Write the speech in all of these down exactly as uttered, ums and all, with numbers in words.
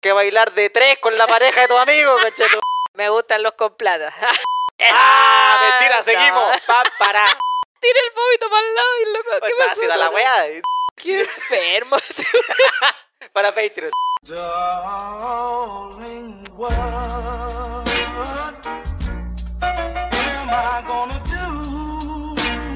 que bailar de tres con la pareja de tu amigo, conchetu. Me gustan los con plata. ¡Ah! Mentira, seguimos. Pa, para. Tira el vómito para el lado y loco. ¿Qué Estaba pasó? haciendo la weá. Qué enfermo. Para Patreon. Darling, what am I gonna do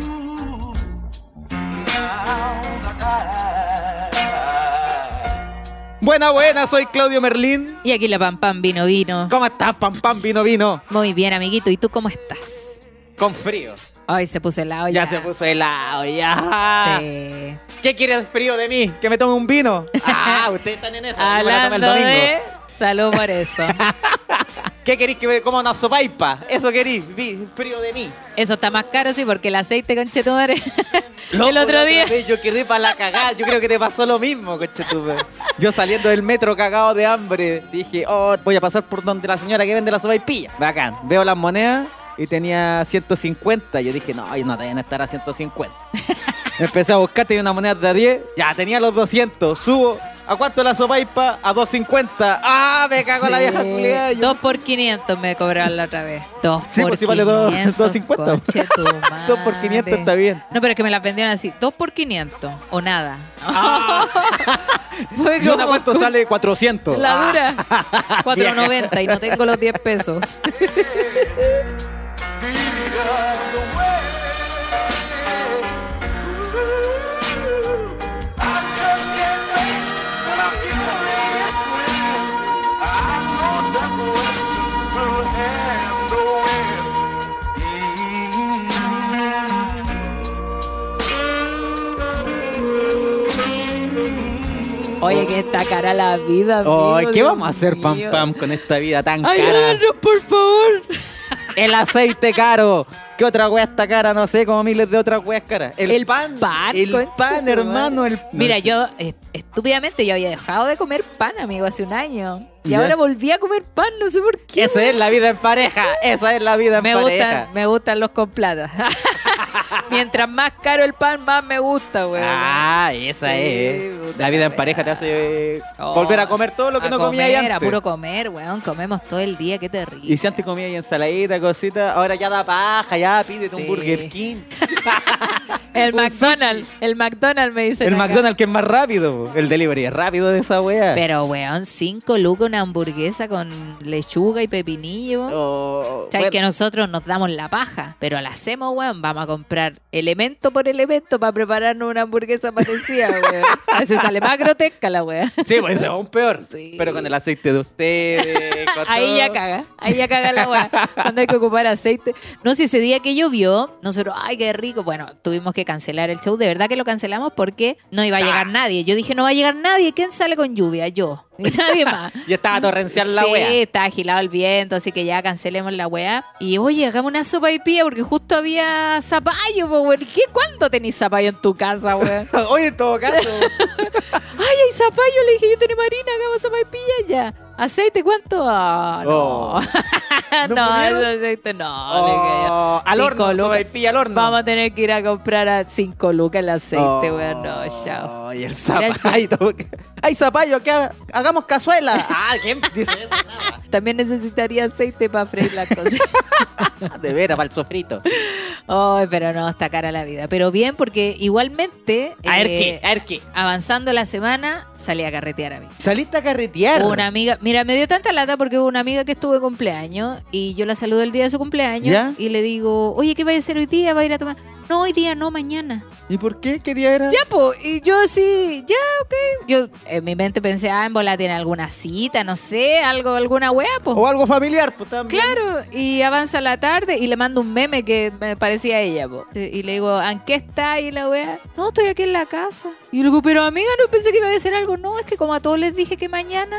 now that I... Buena, buena, soy Claudio Merlín. Y aquí la Pam Pam vino vino. ¿Cómo estás, Pam Pam Vino Vino? Muy bien, amiguito. ¿Y tú cómo estás? Con fríos. Ay, se puso helado ya. Ya se puso helado, ya. Sí. ¿Qué quieres frío de mí? ¿Que me tome un vino? Ah, ustedes están en eso. Yo me la tomé el Hablando domingo. de... Salud por eso. ¿Qué queréis que me coma una sopaipa? Eso queréis, vi, frío de mí. Eso está más caro, sí, porque el aceite, conchetumare, Loco, el otro la día... vez yo quedé para la cagada. Yo creo que te pasó lo mismo, conchetumare. Yo saliendo del metro cagado de hambre, dije, oh, voy a pasar por donde la señora que vende la sopaipilla. Bacán. Veo las monedas y tenía ciento cincuenta. Yo dije, no, no deben estar a ciento cincuenta. Empecé a buscar, tenía una moneda de a diez. Ya, tenía los doscientos. Subo. ¿A cuánto la sopaipa? A dos cincuenta. ¡Ah! Me cago en la vieja culiada. Yo- dos por quinientos me cobraron la otra vez. dos Sí, por pues sí vale dos- quinientos. dos cincuenta. conche tu dos por quinientos madre. está bien. No, pero es que me las vendieron así. dos por quinientos o nada. Ah. Fue ¿Y una como cuánto sale? cuatrocientos. la Ah. dura. cuatro noventa y no tengo los diez pesos. Oye, que está cara la vida. Ay, amigo, ¿qué Dios vamos a hacer, Pam mío. Pam, con esta vida tan cara? Ayúdanos, por favor. El aceite caro. ¿Qué otra wea está cara? No sé, como miles de otras weas caras. El, pan. El concha pan, tu hermano. madre. El... Mira, no sé. yo est- estúpidamente yo había dejado de comer pan, amigo, hace un año. Y Ya. ahora volví a comer pan, no sé por qué. Eso es la vida en pareja. Esa es la vida en me pareja. gustan, me gustan los con plata. Mientras más caro el pan, más me gusta, güey. Ah, esa Sí, es. puta La vida la en pareja te wea. hace eh, Oh, volver a comer todo lo que a no comías comer, antes. A puro comer, weón. Comemos todo el día, qué terrible. Y si antes comías ahí ensaladita, cosita, ahora ya da paja, ya pídete Sí. un Burger King. El un McDonald's, el McDonald's me dice. El McDonald's que es más rápido. El delivery es rápido de esa wea. Pero, weón, cinco lucas una hamburguesa con lechuga y pepinillo. Oh, Sabes bueno, que nosotros nos damos la paja, pero la hacemos, weón. Vamos a comprar elemento por elemento para prepararnos una hamburguesa parecida, weón. A veces sale más grotesca la weón. Sí, pues eso es aún peor. Sí. Pero con el aceite de ustedes. Con Ahí todo. ya caga, ahí ya caga la weá. Cuando hay que ocupar aceite. No sé, ese día que llovió, nosotros, ay, qué rico. Bueno, tuvimos que cancelar el show. De verdad que lo cancelamos porque no iba a llegar nadie. Yo dije, no va a llegar nadie. ¿Quién sale con lluvia? Yo. Y nadie más. Y estaba torrencial la sí, wea. estaba agilado el viento, así que ya cancelemos la weá. Y oye, hagamos una sopa y pilla porque justo había zapallo, po, weón. ¿Qué? ¿Cuándo tenés zapallo en tu casa, weón? Oye, en todo caso. Ay, hay zapallo, le dije yo, tenés Marina, hagamos sopa y pilla ya. ¿Aceite cuánto? Ah, no. Oh. ¿No no, pudieron? ese aceite no. le dije yo. Oh, al Cinco horno, lucas. sopaipilla al horno. Vamos a tener que ir a comprar a cinco lucas el aceite, Oh, weón. No, chao. Y el zapallo. Hay zapallo, que ha- hagamos cazuela. Ah, ¿quién dice eso? Nada. También necesitaría aceite para freír las cosas. De veras, para el sofrito. Ay, pero no, está cara la vida. Pero bien, porque igualmente, A ver eh, qué, a ver qué. avanzando la semana, salí a carretear a mí. Saliste a carretear. Una amiga, mira, me dio tanta lata porque hubo una amiga que estuvo de cumpleaños y yo la saludo el día de su cumpleaños ¿Ya? y le digo, oye, ¿qué va a hacer hoy día? ¿Va a ir a tomar? No, hoy día no, mañana. ¿Y por qué? ¿Qué día era? Ya, pues, y yo así, ya, ok. Yo en mi mente pensé, ah, en bola tiene alguna cita, no sé, algo, alguna wea, pues. O algo familiar, pues también. Claro, y avanza la tarde y le mando un meme que me parecía a ella, po. Y le digo, ¿en qué está? Y la wea, no, estoy aquí en la casa. Y yo le digo, pero amiga, no pensé que iba a decir algo. No, es que como a todos les dije que mañana.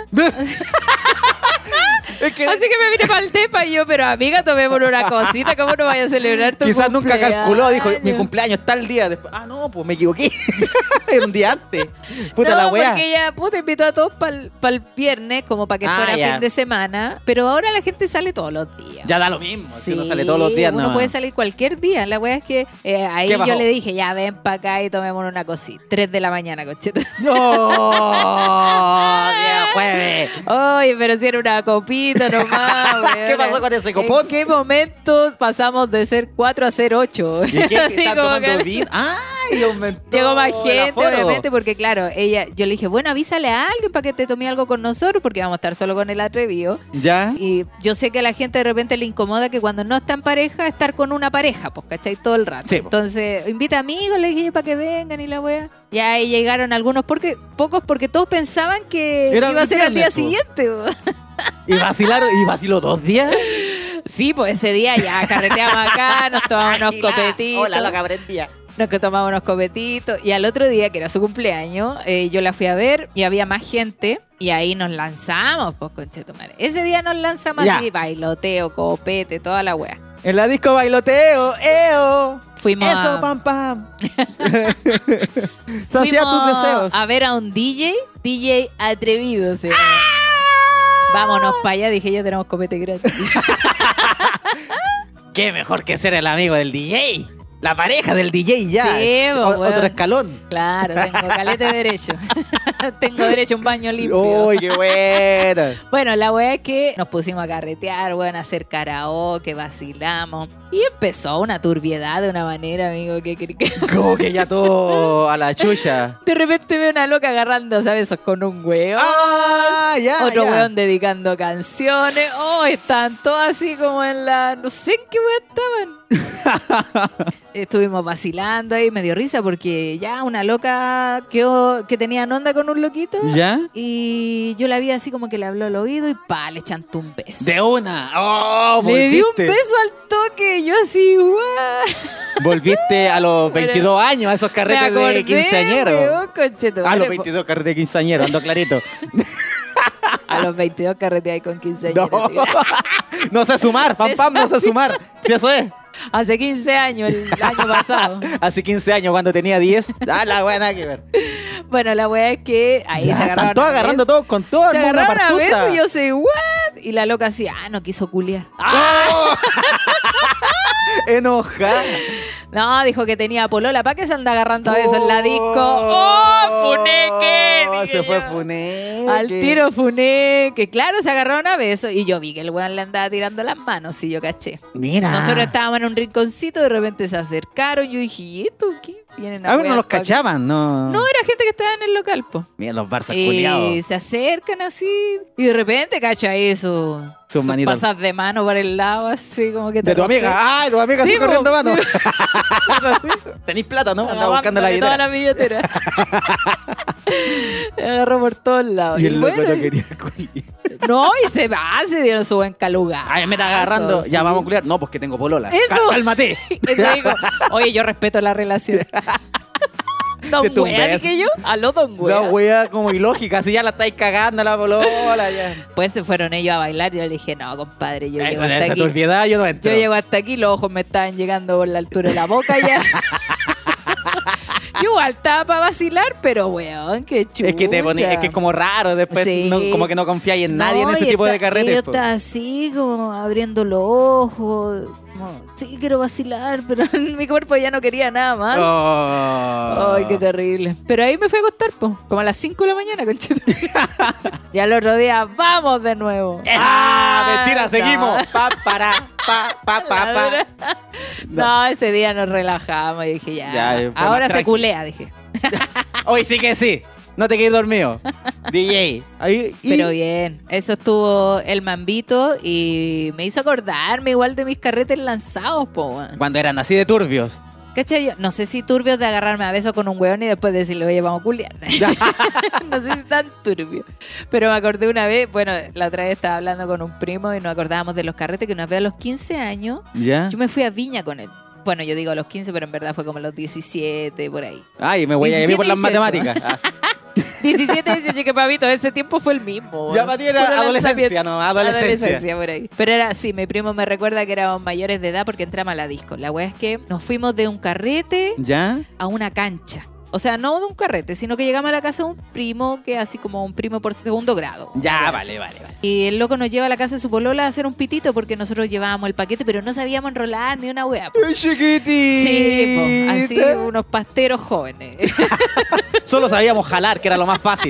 Es que Así que me vine para el depa y yo, pero amiga, tomémonos una cosita, ¿cómo no vaya a celebrar tu quizás nunca calculó, dijo, mi cumpleaños? cumpleaños tal día. Después, ah, no, pues me equivoqué. Era un día antes. Puta no, la weá. porque ella, puta, invitó a todos para el viernes, como para que Ah, fuera ya. fin de semana. Pero ahora la gente sale todos los días. Ya da lo mismo. Si uno Sí, sale todos los días, uno no. puede salir cualquier día. La wea es que eh, ahí ¿Qué yo bajó? le dije, ya ven para acá y tomémonos una cosita. Tres de la mañana, cocheta. No, qué Jueves. Oye, pero si era una copita nomás, weón. ¿Qué pasó con ese copón? ¿En qué momento pasamos de ser cuatro a ser ocho? ¿Y qué? Así ¿Están como tomando que- vino? ¡Ay, aumentó! Llegó más el gente, aforo. obviamente, porque claro, ella, yo le dije, bueno, avísale a alguien para que te tome algo con nosotros, porque vamos a estar solo con el atrevido. ¿Ya? Y yo sé que a la gente de repente le incomoda que cuando no está en pareja, estar con una pareja, pues, ¿cachai? Todo el rato. Sí, po. Entonces, invita amigos, le dije yo, para que vengan y la wea. Ya ahí llegaron algunos, porque pocos, porque todos pensaban que Era iba a ser al día viernes, po. siguiente. po. ¿Y vacilaron? ¿Y vaciló dos días? Sí, pues ese día ya carreteamos acá, nos tomamos unos Agilá. copetitos. Hola, loca, prendía. Nos que tomamos unos copetitos. Y al otro día, que era su cumpleaños, eh, yo la fui a ver y había más gente. Y ahí nos lanzamos, pues, conchetumare. Ese día nos lanzamos Ya. así, bailoteo, copete, toda la wea. En la disco bailoteo, eo. Fuimos Eso, a, pam, pam. Sacia tus fuimos deseos. a ver a un D J, D J atrevido, se llama. Vámonos para allá, dije yo, tenemos copete gratis. Qué mejor que ser el amigo del D J. La pareja del D J ya. Sí, es po, o- weón. otro escalón. Claro, tengo calete de derecho. Tengo derecho a un baño limpio. ¡Uy, qué buena! Bueno, la weá es que nos pusimos a carretear, weón, a hacer karaoke, vacilamos. Y empezó una turbiedad de una manera, amigo, que, que- que- Como que ya todo a la chucha. de repente veo una loca agarrando, ¿sabes? Con un weón. ¡Ah, ya! Otro ya. weón dedicando canciones. Oh, están todos así como en la... No sé en qué weón estaban. Estuvimos vacilando ahí, me dio risa porque ya una loca quedó, que tenía onda con un loquito. ¿Ya? Y yo la vi así como que le habló al oído y pa, le chantó un beso. De una. ¡Oh! Le di un volviste. beso al toque, yo así, guau. Volviste a los veintidós años, a esos Me carretes acordé, de quinceañeros. weón, conchetumare, A los po. veintidós carretes de quinceañeros, ando clarito. A los veintidós carreteé con quince años. No, no sé sumar, pam pam, no sé sumar. Sí, eso es. Hace quince años, el año pasado. Hace quince años, cuando tenía diez. Ah, la buena que ver. Bueno, la weá es que ahí Ya, se agarraron. están todos a agarrando besos. todos con todo. Se armó una agarraron a partusa. besos y yo sé, ¿what? Y la loca así, ah, no quiso culiar. ¡Oh! Enojada. No, dijo que tenía polola. ¿Para qué se anda agarrando a besos en la disco? ¡Oh, funeque! Oh, Dije se fue yo. funeque. Al tiro funé, que claro, se agarraron a besos. Y yo vi que el weón le andaba tirando las manos, y yo caché. Mira. Nosotros estábamos en un rinconcito, de repente se acercaron. Yo dije, ¿y esto qué? Vienen a A ver, no wear los pa' acá. cachaban, no. No, era gente que estaba en el local, po. Mira los Barça Y culiados. se acercan así. Y de repente, cacha ahí su, Sus sus manitas. pasas de mano por el lado, así como que te De tu rocé. amiga. Ay, tu amiga Sí, así po. corriendo mano. Así, Tenéis plata, ¿no? Andaba buscando la agarrándole billetera. toda la billetera. Me agarró por todos lados. Y el loco bueno, no quería culiar. no, y se va, se dieron su buen calugar. Ay, me está agarrando. Ya vamos a culiar. No, pues que tengo polola. Eso. Cal- Cálmate. Eso dijo, oye, yo respeto la relación. Don Siete un Wea, beso. dije yo. Aló, Don La Wea. wea como ilógica. Si ya la estáis cagando la polola. Ya. Después se fueron ellos a bailar y yo le dije, no, compadre, yo llego Eso, hasta esa aquí. turbiedad yo no entro. Yo llego hasta aquí, los ojos me estaban llegando por la altura de la boca ya. Yo igual estaba para vacilar, pero weón, qué chucha. Es que te poní- es que es como raro después, Sí. no- como que no confiáis en nadie en No, ese y tipo de está- carretes. Yo po. estaba así, como abriendo los ojos. Como, sí, quiero vacilar, pero mi cuerpo ya no quería nada más. Oh. Ay, qué terrible. Pero ahí me fui a acostar, po, como a las cinco de la mañana, conchito. Ya el otro día, vamos de nuevo. ¡Ah! Mentira, no. seguimos. Pa, para, pa, pa, pa, La dura. pa. No, ese día nos relajamos y dije, ya, Ya, fue más ahora se tranqui. culea, dije. Hoy sí que sí. No te quedes dormido. D J. Ahí, y- Pero bien, eso estuvo el mambito y me hizo acordarme igual de mis carretes lanzados, po, weón. Cuando eran así de turbios. ¿Cachai? Yo no sé si turbios de agarrarme a beso con un weón y después decirle, oye, vamos a culiar. No sé si tan turbio. Pero me acordé una vez, bueno, la otra vez estaba hablando con un primo y nos acordábamos de los carretes que una vez a los quince años, ¿Ya? yo me fui a Viña con él. Bueno, yo digo a los quince, pero en verdad fue como a los diecisiete, por ahí. Ay, me voy a ir por las diecisiete, matemáticas. Ah. diecisiete, dieciocho, que pavito, ese tiempo fue el mismo. Ya weón. para ti era Puro adolescencia, lanzamiento. ¿no? Adolescencia. por ahí. Pero era, sí, mi primo me recuerda que éramos mayores de edad porque entramos a la disco. La wea es que nos fuimos de un carrete ¿Ya? a una cancha. O sea, no de un carrete, sino que llegamos a la casa de un primo, que así como un primo por segundo grado. Ya, Una wea vale, así. vale, vale. Y el loco nos lleva a la casa de su polola a hacer un pitito porque nosotros llevábamos el paquete, pero no sabíamos enrolar ni una wea. po. ¡Ay, chiquitita! Sí, po, así unos pasteros jóvenes. Solo sabíamos jalar, que era lo más fácil.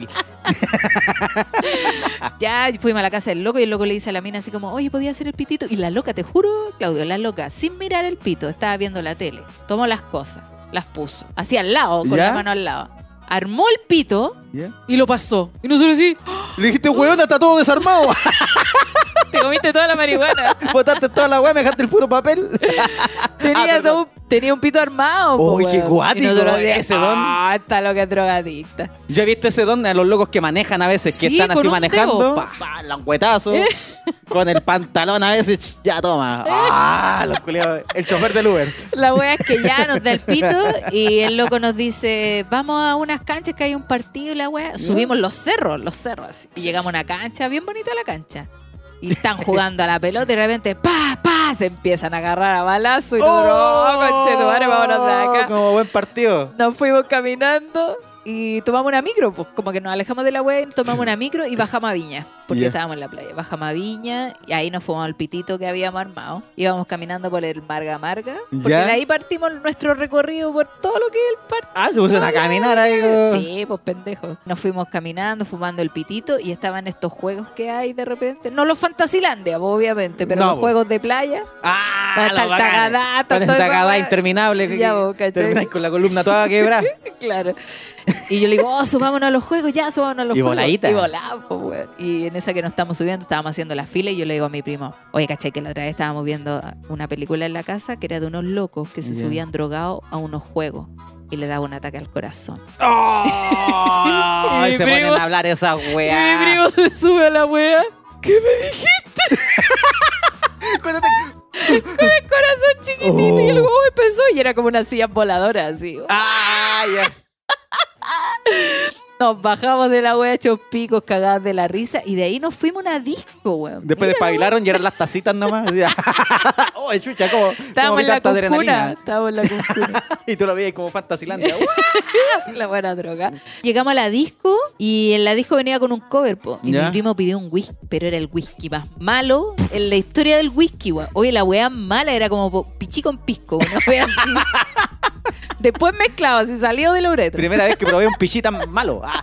Ya fuimos a la casa del loco y el loco le dice a la mina así como, oye, ¿podía hacer el pitito? Y la loca, te juro, Claudio, la loca, sin mirar el pito, estaba viendo la tele. Tomó las cosas, las puso. Así al lado, con ¿Ya? la mano al lado. Armó el pito ¿Ya? y lo pasó. Y nosotros así, Le dijiste, weón, está todo desarmado. te comiste toda la marihuana. Botaste toda la weá, me dejaste el puro papel. Tenía, Ah, perdón. todo un- tenía un pito armado. po, Uy, qué weón. cuático, Y nosotros así, ese don. Ah, está loca es drogadicta. Yo he visto ese don a los locos que manejan a veces, que Sí, están con así un manejando, dedo, pa. pa, languetazo, con el pantalón a veces, ya toma. Ah, los culiados, el chofer del Uber. La wea es que ya nos da el pito y el loco nos dice, vamos a unas canchas que hay un partido y la wea. Subimos los cerros, los cerros así. Y llegamos a una cancha, bien bonita la cancha. Y están jugando a la pelota y de repente, pa, pa, se empiezan a agarrar a balazo y nosotros, oh, conchetumare, vámonos de acá. Como buen partido. Nos fuimos caminando y tomamos una micro, pues como que nos alejamos de la web, tomamos una micro y bajamos a Viña, porque Ya. estábamos en la playa. Bajamos a Viña y ahí nos fumamos el pitito que habíamos armado. Íbamos caminando por el Marga Marga, porque Ya. de ahí partimos nuestro recorrido por todo lo que es el parque. Ah, se puso una caminata ahí. como- Sí, pues pendejo. Nos fuimos caminando, fumando el pitito y estaban estos juegos que hay de repente. No los Fantasilandia, pues, obviamente, pero No, los pues. juegos de playa. Ah, Está los el bacanes. tagadá, está Con esa toda esa tagadá wea. interminable. que- Ya, que vos, ¿cachai? termináis con la columna toda quebrada. Claro. Y yo le digo, oh, subámonos a los juegos, ya, subámonos a los Y juegos. voladita. Y volamos, pues, weón. Y en esa que nos estamos subiendo, estábamos haciendo la fila y yo le digo a mi primo, oye, ¿cachai? Que la otra vez estábamos viendo una película en la casa que era de unos locos que se Ya. subían drogados a unos juegos y le daba un ataque al corazón. ¡Oh! Y Y mi se primo- ponen a hablar esas Y mi weas. primo se sube a la wea. ¿Qué me dijiste? Cuéntate- Con el corazón chiquitito. Y el Oh. huevo empezó y era como una silla voladora así. Ah, ya. Nos bajamos de la wea hechos picos, cagados de la risa. Y de ahí nos fuimos a una disco, weón. Después de Mira, bailaron y eran las tacitas nomás. oh, chucha, como, como estábamos en la tanta cuncuna. adrenalina. Estábamos en la cuncuna. Y tú lo veías como Fantasilandia. La buena droga. Llegamos a la disco y en la disco venía con un cover, po. Y Ya. mi primo pidió un whisky, pero era el whisky más malo en la historia del whisky, weón. Oye, la weá mala era como po- pichí con pisco, una weá así. Después mezclado, así salió de la uretra. Primera vez que probé un pichita malo. Ah.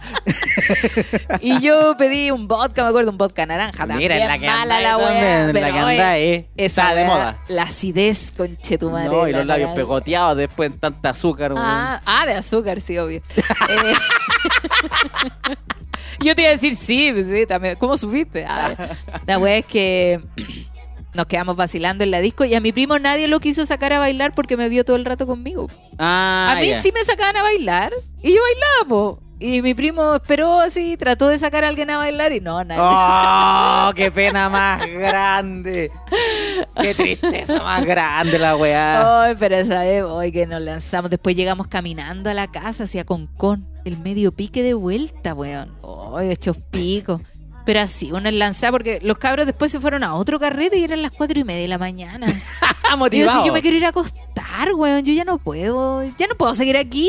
Y yo pedí un vodka, me acuerdo, un vodka naranja. También Mira, en la que mala andáis la weá. también, en la pero, que oye, andáis, eh. esa Está de weá, moda. La acidez, conchetumadre. No, y la los labios cagada. pegoteados después en tanta azúcar. weón. Ah, ah, de azúcar, sí, obvio. Eh, yo te iba a decir sí, pues sí, también. ¿Cómo supiste? Ah, la wea es que nos quedamos vacilando en la disco y a mi primo nadie lo quiso sacar a bailar porque me vio todo el rato conmigo. Ah, A mí ya. sí me sacaban a bailar y yo bailaba, po. Y mi primo esperó así, trató de sacar a alguien a bailar y no, nadie. ¡Oh, qué pena más grande! ¡Qué tristeza más grande la weá! Ay, pero esa vez, hoy que nos lanzamos. Después llegamos caminando a la casa hacia Concón. El medio pique de vuelta, weón. Ay, hechos picos. Pero así, uno es lanzado porque los cabros después se fueron a otro carrete y eran las cuatro y media de la mañana. Y yo ¡Motivado! decía, yo me quiero ir a acostar, weón. Yo ya no puedo. Ya no puedo seguir aquí.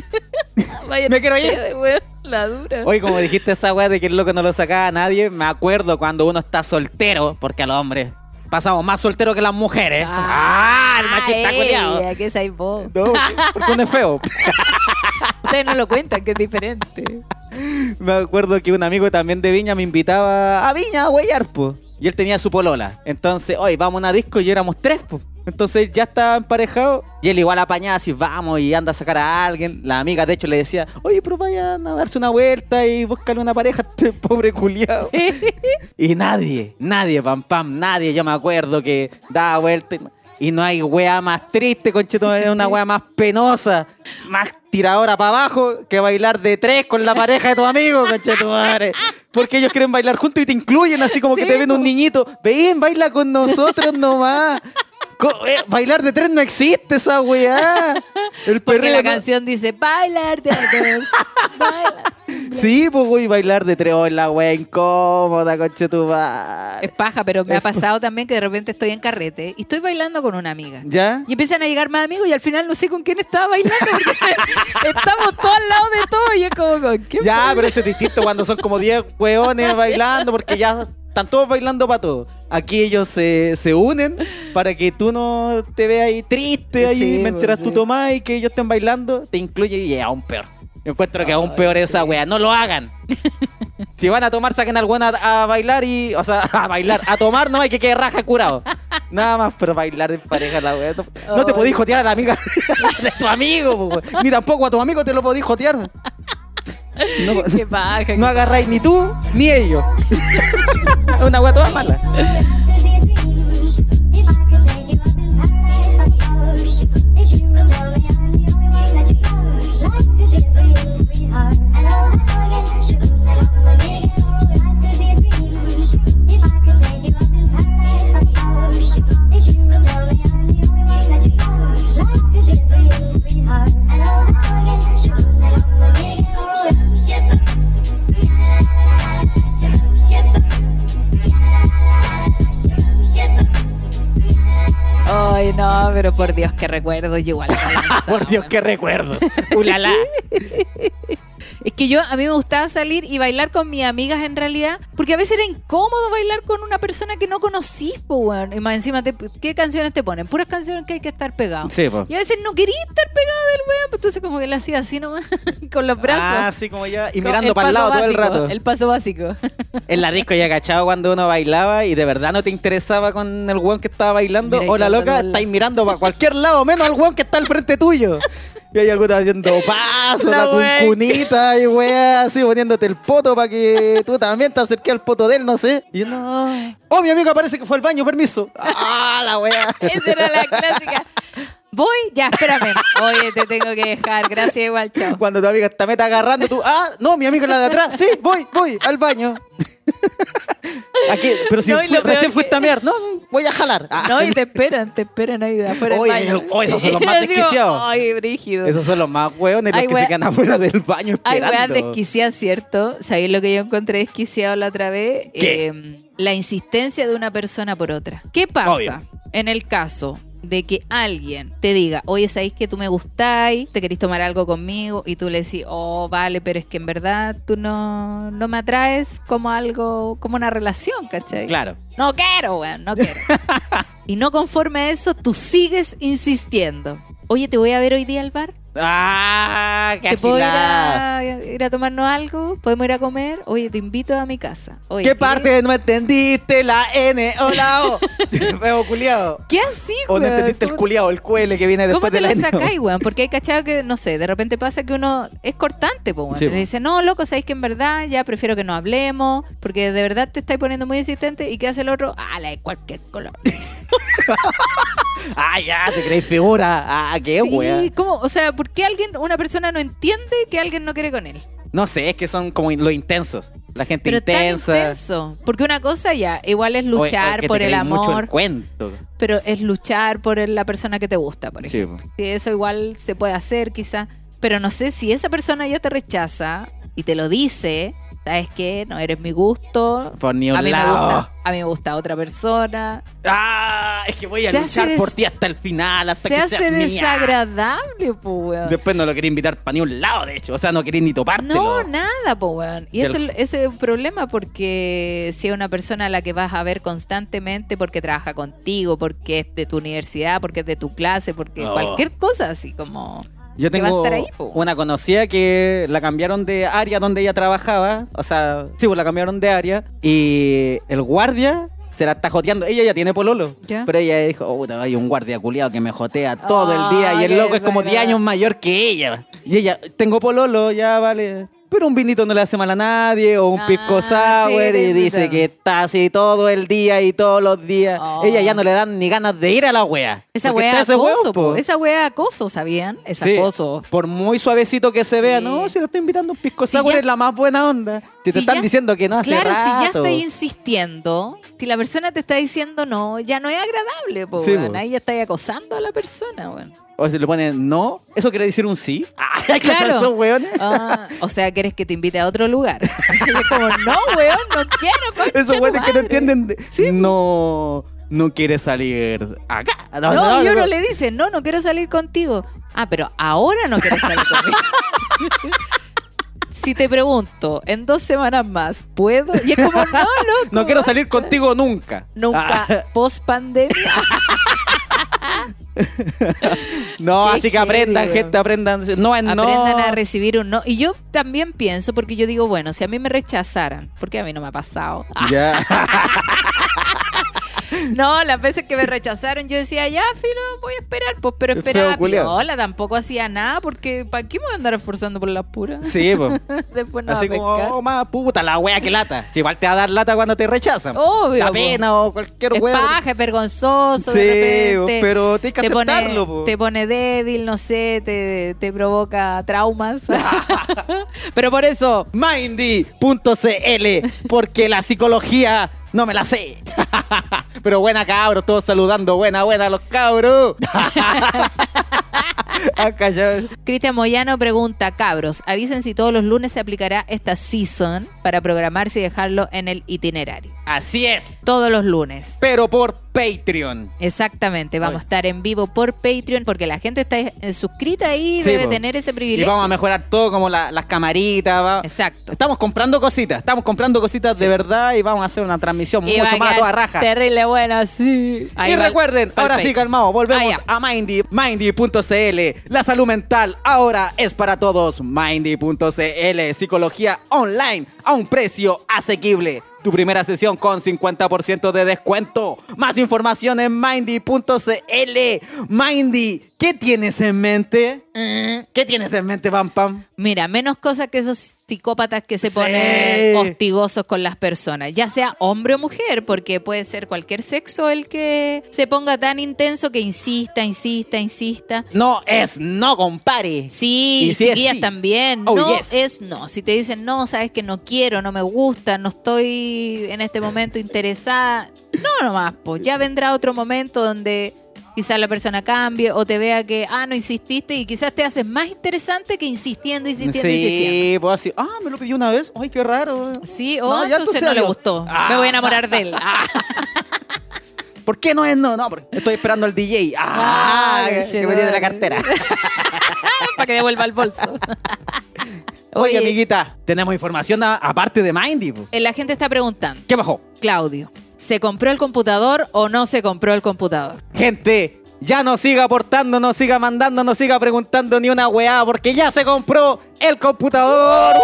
Vaya Me quiero ir. ustedes, weón. La dura. Oye, como dijiste esa weá de que el loco no lo sacaba a nadie, me acuerdo cuando uno está soltero, porque a los hombres pasamos más solteros que las mujeres. ¡Ah! El machista ey, culiado. ¿qué sabes vos? No, porque uno es feo. Ustedes no lo cuentan, que es diferente. Me acuerdo que un amigo también de Viña me invitaba a Viña a huellar, po. Y él tenía su polola. Entonces, oye, vamos a una disco y éramos tres, po. Entonces ya estaba emparejado y él igual apañaba así, vamos y anda a sacar a alguien. La amiga de hecho le decía, oye, pero vayan a darse una vuelta y buscarle una pareja a este pobre culiao. Y nadie, nadie, pam, pam, nadie. Yo me acuerdo que daba vuelta y, y no hay wea más triste, conchetumadre, una wea más penosa, más tiradora para abajo que bailar de tres con la pareja de tu amigo, conchetumadre. Porque ellos quieren bailar juntos y te incluyen así como Sí, que te ven po. un niñito. Ven, baila con nosotros nomás. Co- eh, bailar de tres no existe esa weá. El Porque perreo la no- canción dice, bailar de a dos, bailar sin bla". Sí, pues voy a bailar de tres. Oh, la weá incómoda, conchetumadre. Es paja, pero me ha pasado también que de repente estoy en carrete y estoy bailando con una amiga. ¿Ya? Y empiezan a llegar más amigos y al final no sé con quién estaba bailando porque estamos todos al lado de todo y es como con quién Ya, baila? pero eso es distinto cuando son como diez weones bailando, porque ya están todos bailando para todo. Aquí ellos se, se unen para que tú no te veas ahí triste ahí Sí, mientras pues, tú sí. tomás y que ellos estén bailando, te incluye y es aún peor. Yo encuentro que aún peor esa sí. wea. No lo hagan. Si van a tomar, saquen al weón a, a bailar y... O sea, a bailar. A tomar no hay que quedar raja curado. Nada más, pero bailar en pareja la weá. No, no te Ay. podís jotear a la amiga de tu amigo, po, weón. Ni tampoco a tu amigo te lo podís jotear. No, Qué paja. qué no agarráis ni tú ni ellos. Es una weá toda mala. Ay, no, pero por Dios, qué recuerdo. Yo igual la lanzaba, Por Dios, weón. qué recuerdos. Ulala. Es que yo, a mí me gustaba salir y bailar con mis amigas en realidad, porque a veces era incómodo bailar con una persona que no conocís, po, weón. Y más encima, te- ¿qué canciones te ponen? Puras canciones que hay que estar pegado. Sí, po. Y a veces no quería estar pegado del weón, pues entonces como que lo hacía así nomás, con los brazos. Ah, sí, como ya. Y Con mirando para el paso lado todo el básico, rato. El paso básico. En la disco ya cachado cuando uno bailaba y de verdad no te interesaba con el weón que estaba bailando. Mira, Hola y loca, dándole- estáis mirando para cualquier lado, menos al weón que está al frente tuyo. Y hay algo haciendo paso, La la wea. cuncunita y weá, así poniéndote el poto para que tú también te acerques al poto de él, no sé. Y yo no. Oh, mi amiga parece que fue al baño, permiso. Ah, la weá. Esa era la clásica. Voy, ya, espérame. Oye, te tengo que dejar. Gracias, igual, chao. Cuando tu amiga está meta agarrando, tú, ah, no, mi amiga es la de atrás. Sí, voy, voy, al baño. Aquí, pero si No, y fui- lo peor recién que- fuiste a mear, no, voy a jalar. Ah. No, y te esperan, te esperan ahí de afuera del Oye, baño. el- oh, esos son los más Así como, desquiciados. Ay, brígido. Esos son los más hueones, los Ay, que wea- se quedan afuera del baño Ay, esperando. weón, desquiciada, ¿cierto? ¿Sabéis lo que yo encontré desquiciado la otra vez? ¿Qué? Eh, la insistencia de una persona por otra. ¿Qué pasa Obvio. en el caso de que alguien te diga, oye, ¿sabéis que tú me gustáis? ¿Te querés tomar algo conmigo? Y tú le decís, oh, vale, pero es que en verdad tú no, no me atraes como algo, como una relación, ¿cachai? Claro. No quiero, weón, no quiero. Y no conforme a eso, tú sigues insistiendo. Oye, ¿te voy a ver hoy día al bar? Ah, qué ¿Te puedo ir agilada. a, ir a tomarnos algo? ¿Podemos ir a comer? Oye, te invito a mi casa. Oye, ¿Qué parte no entendiste? La N o la O. Veo culiado. ¿Qué así, O no weón? entendiste el ¿Cómo- culiado, el Q L que viene ¿Cómo después te de lo la N. sacáis, weón? Porque hay cachado que, no sé, de repente pasa que uno es cortante, pues, weón. Sí, Le po. dice, no, loco, sabéis que en verdad ya prefiero que no hablemos, porque de verdad te estáis poniendo muy insistente. ¿Y qué hace el otro? Ah, la de cualquier color. Ah, ya, te creéis figura. Ah, qué sí, wea. ¿cómo? O sea, ¿por qué alguien, una persona no entiende que alguien no quiere con él? No sé, es que son como los intensos. La gente Pero tan intensa. intenso. Porque una cosa ya, igual es O- o luchar que te por el creéis mucho amor, el cuento. pero es luchar por el- la persona que te gusta, por Sí, ejemplo. po. Sí, eso igual se puede hacer quizá, pero no sé si esa persona ya te rechaza y te lo dice, ¿sabes qué? No eres mi gusto. Por ni A un mí, me lado. gusta, a mí me gusta otra persona. Ah, es que voy a Se luchar hace des- por ti hasta el final, hasta Se que hace seas mía. desagradable, po, weón. Después no lo quería invitar para ni un lado, de hecho. O sea, no quería ni topártelo. No, nada, po, weón. Y Del- ese, ese es un problema porque si es una persona a la que vas a ver constantemente porque trabaja contigo, porque es de tu universidad, porque es de tu clase, porque Oh. cualquier cosa así como... Yo que va a tengo estar ahí, po. una conocida que la cambiaron de área donde ella trabajaba. O sea, sí, pues la cambiaron de área. Y el guardia se la está joteando. Ella ya tiene pololo. ¿Ya? Pero ella dijo, oh, puta, hay un guardia culiado que me jotea todo el día. Ah, Y el qué loco es como diez desagradable. años mayor que ella. Y ella, tengo pololo, ya vale. Pero un vinito no le hace mal a nadie. O un Ah, pisco sí, sour. te y dice entiendo. que está así todo el día y todos los días. Oh. Ella ya no le dan ni ganas de ir a la wea. Esa Porque wea está es ese acoso, huevo, po. po. Esa wea es acoso, ¿sabían? Es Sí, acoso. por muy suavecito que se Sí. vea, no, si lo estoy invitando a un pisco Si sour ya- es la más buena onda. Si te si están ya- diciendo que no hace Claro, si ya rato. estás insistiendo, si la persona te está diciendo no, ya no es agradable, po, Sí, weón. po. Ahí ya estás acosando a la persona, weón. O si le ponen no, ¿eso quiere decir un sí? ¡Ay, Claro. esos weones! Ah, o sea, ¿quieres que te invite a otro lugar? Y es como, no, weón, no quiero, concha Esos tu weones que no madre. entienden. de- Sí. No, no quiere salir acá. No, y uno le dice, no, no quiero salir contigo. Ah, pero ahora no quieres salir conmigo. Si te pregunto, en dos semanas más, ¿puedo? Y es como, no, loco. No quiero salir contigo nunca. Nunca, Ah, post pandemia. No, Qué así que heavy, aprendan, weón. gente, aprendan. No es no. Aprendan a recibir un no. Y yo también pienso, porque yo digo, bueno, si a mí me rechazaran, porque a mí no me ha pasado. Ya. No, las veces que me rechazaron, yo decía, ya, filo, voy a esperar, pues, pero Qué esperaba feo, culiao. piola, tampoco hacía nada, porque ¿para qué me voy a andar esforzando por las puras? Sí, pues. Después no Así va a como, pescar. oh, más puta, la wea que lata. Si igual te va a dar lata cuando te rechazan. Obvio, Da po. pena o cualquier Es wea. paja, es vergonzoso, Sí, de repente. pero tienes que te aceptarlo, pone, po. te pone débil, no sé, te, te provoca traumas. Pero por eso, Mindy punto c l, porque la psicología no me la sé. Pero buena, cabros, todos saludando. Buena, buena, los cabros. Acá ya. Cristian Moyano pregunta, cabros, avisen si todos los lunes se aplicará esta season para programarse y dejarlo en el itinerario. Así es, Todos los lunes. pero por Patreon. Exactamente, vamos Oye. a estar en vivo por Patreon porque la gente está eh, suscrita ahí, Sí, debe po. tener ese Y privilegio. vamos a mejorar todo, como la- las camaritas. va. Exacto. Estamos comprando cositas, estamos comprando cositas de verdad y vamos a hacer una transmisión Y va mucho a más a quedar toda raja. terrible buena, sí. Ahí Y va el- recuerden, va el ahora sí, fake. calmado, volvemos Ah, ya. a Mindy, Mindy punto c l. La salud mental ahora es para todos. Mindy punto c l, psicología online a un precio asequible. Tu primera sesión con cincuenta por ciento de descuento. Más información en Mindy punto c l. Mindy, ¿qué tienes en mente? Mm. ¿Qué tienes en mente, Pam Pam? Mira, menos cosas que esos psicópatas que se Sí. ponen hostigosos con las personas, ya sea hombre o mujer, porque puede ser cualquier sexo el que se ponga tan intenso que insista, insista, insista. No es no, compare. Sí, Y sí es chiquillas sí. también. Oh, no yes. es no. Si te dicen no, sabes que no quiero, no me gusta, no estoy en este momento interesada, no nomás, pues ya vendrá otro momento donde quizás la persona cambie o te vea que, ah, no insististe y quizás te haces más interesante que insistiendo, insistiendo, insistiendo. Sí, pues así. Ah, me lo pidió una vez. Ay, qué raro. Sí, o No, ya entonces tú no le adiós. gustó. Ah. Me voy a enamorar de él. Ah, ¿Por qué no es no? No, porque estoy esperando al D J. Ah, Ah, que, qué que me tiene la chévere. cartera. para que devuelva el bolso. Oye, amiguita, tenemos información a- aparte de Mindy. po. La gente está preguntando, ¿Qué bajó? Claudio, ¿se compró el computador o no se compró el computador? Gente, ya no siga aportando, no siga mandando, no siga preguntando ni una weá, porque ya se compró el computador.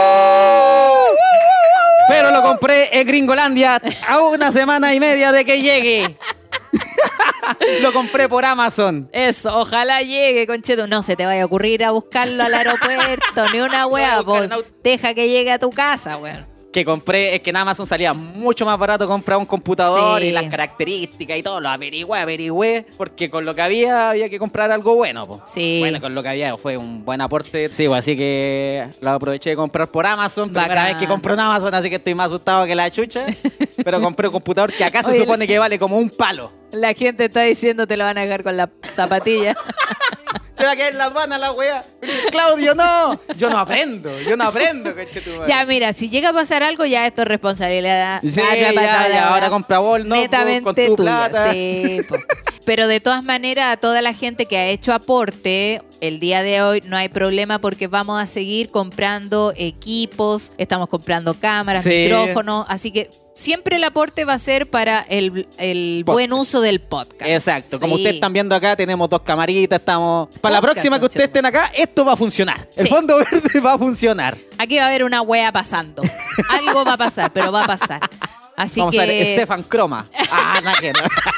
Pero lo compré en Gringolandia a una semana y media de que llegue. Lo compré por Amazon. Eso, ojalá llegue, concheto. No se te vaya a ocurrir a buscarlo al aeropuerto, ni una wea, Voy a buscar po. en auto. Deja que llegue a tu casa, weón. Que compré, es que en Amazon salía mucho más barato comprar un computador Sí. y las características y todo, lo averigüé, averigüé, porque con lo que había había que comprar algo bueno, po. Sí. Bueno, con lo que había fue un buen aporte. Sí, pues, así que lo aproveché de comprar por Amazon, primera Bacán. vez que compro en Amazon, así que estoy más asustado que la chucha, pero compré un computador que acá se Oye, supone que vale como un palo. La gente está diciendo te lo van a dejar con la zapatilla. Se va a caer en la aduana la wea. Claudio, no. Yo no aprendo, yo no aprendo, conchetumare. Ya, mira, si llega a pasar algo, ya esto es responsabilidad. Sí, Ah, ya, ya, ya, ahora compra vos, ¿no? Netamente Con tu tuya, plata. sí, po. Pero de todas maneras, a toda la gente que ha hecho aporte, el día de hoy no hay problema porque vamos a seguir comprando equipos, estamos comprando cámaras, Sí. micrófonos, así que siempre el aporte va a ser para el, el Podcast. buen uso del podcast. Exacto, como Sí. ustedes están viendo acá, tenemos dos camaritas, estamos... Para la Podcast, próxima que ustedes conchetumare. estén acá, esto va a funcionar. El Sí. fondo verde va a funcionar. Aquí va a haber una wea pasando. Algo va a pasar, pero va a pasar. Así Vamos que... a ver, Stefan Croma. Ah, nada que no.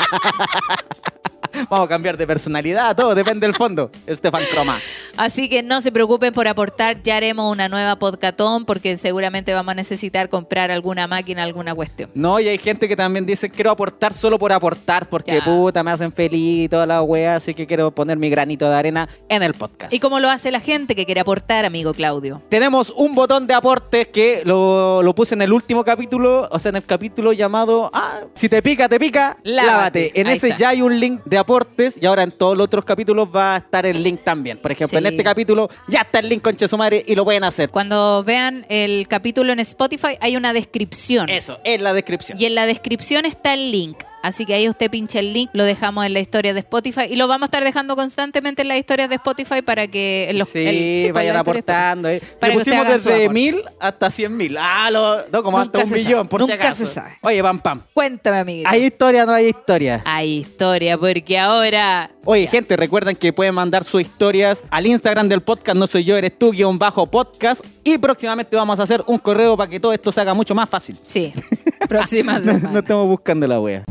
Vamos a cambiar de personalidad, todo depende del fondo. Stefan Croma. Así que no se preocupen por aportar, ya haremos una nueva podcatón porque seguramente vamos a necesitar comprar alguna máquina, alguna cuestión. No, y hay gente que también dice quiero aportar solo por aportar, porque Ya. puta, me hacen feliz y toda la wea, así que quiero poner mi granito de arena en el podcast. ¿Y cómo lo hace la gente que quiere aportar, amigo Claudio? Tenemos un botón de aportes que lo, lo puse en el último capítulo, o sea, en el capítulo llamado ah, Si te pica, te pica, Lávate. lávate. En Ahí ese está. ya hay un link de aportes y ahora en todos los otros capítulos va a estar el link también. Por ejemplo, Sí. en este capítulo ya está el link con Chesumare y lo pueden hacer. Cuando vean el capítulo en Spotify hay una descripción. Eso, en la descripción. Y en la descripción está el link. Así que ahí usted pincha el link, lo dejamos en la historia de Spotify y lo vamos a estar dejando constantemente en las historias de Spotify para que en los Sí, el- sí, pues, vayan las historias de aportando. Eh. Para Le que usted pusimos haga su desde aporte. mil hasta cien mil. Ah, lo, no, como Nunca hasta un se millón, sabe, por si nunca acaso. se sabe. Oye, pam, pam. Cuéntame, amiguito. ¿Hay historia o no hay historia? Hay historia, porque ahora... Oye, Ya. gente, recuerden que pueden mandar sus historias al Instagram del podcast, no soy yo, eres tú, guión bajo podcast. Y próximamente vamos a hacer un correo para que todo esto se haga mucho más fácil. Sí, próxima No, semana. no estamos buscando la wea.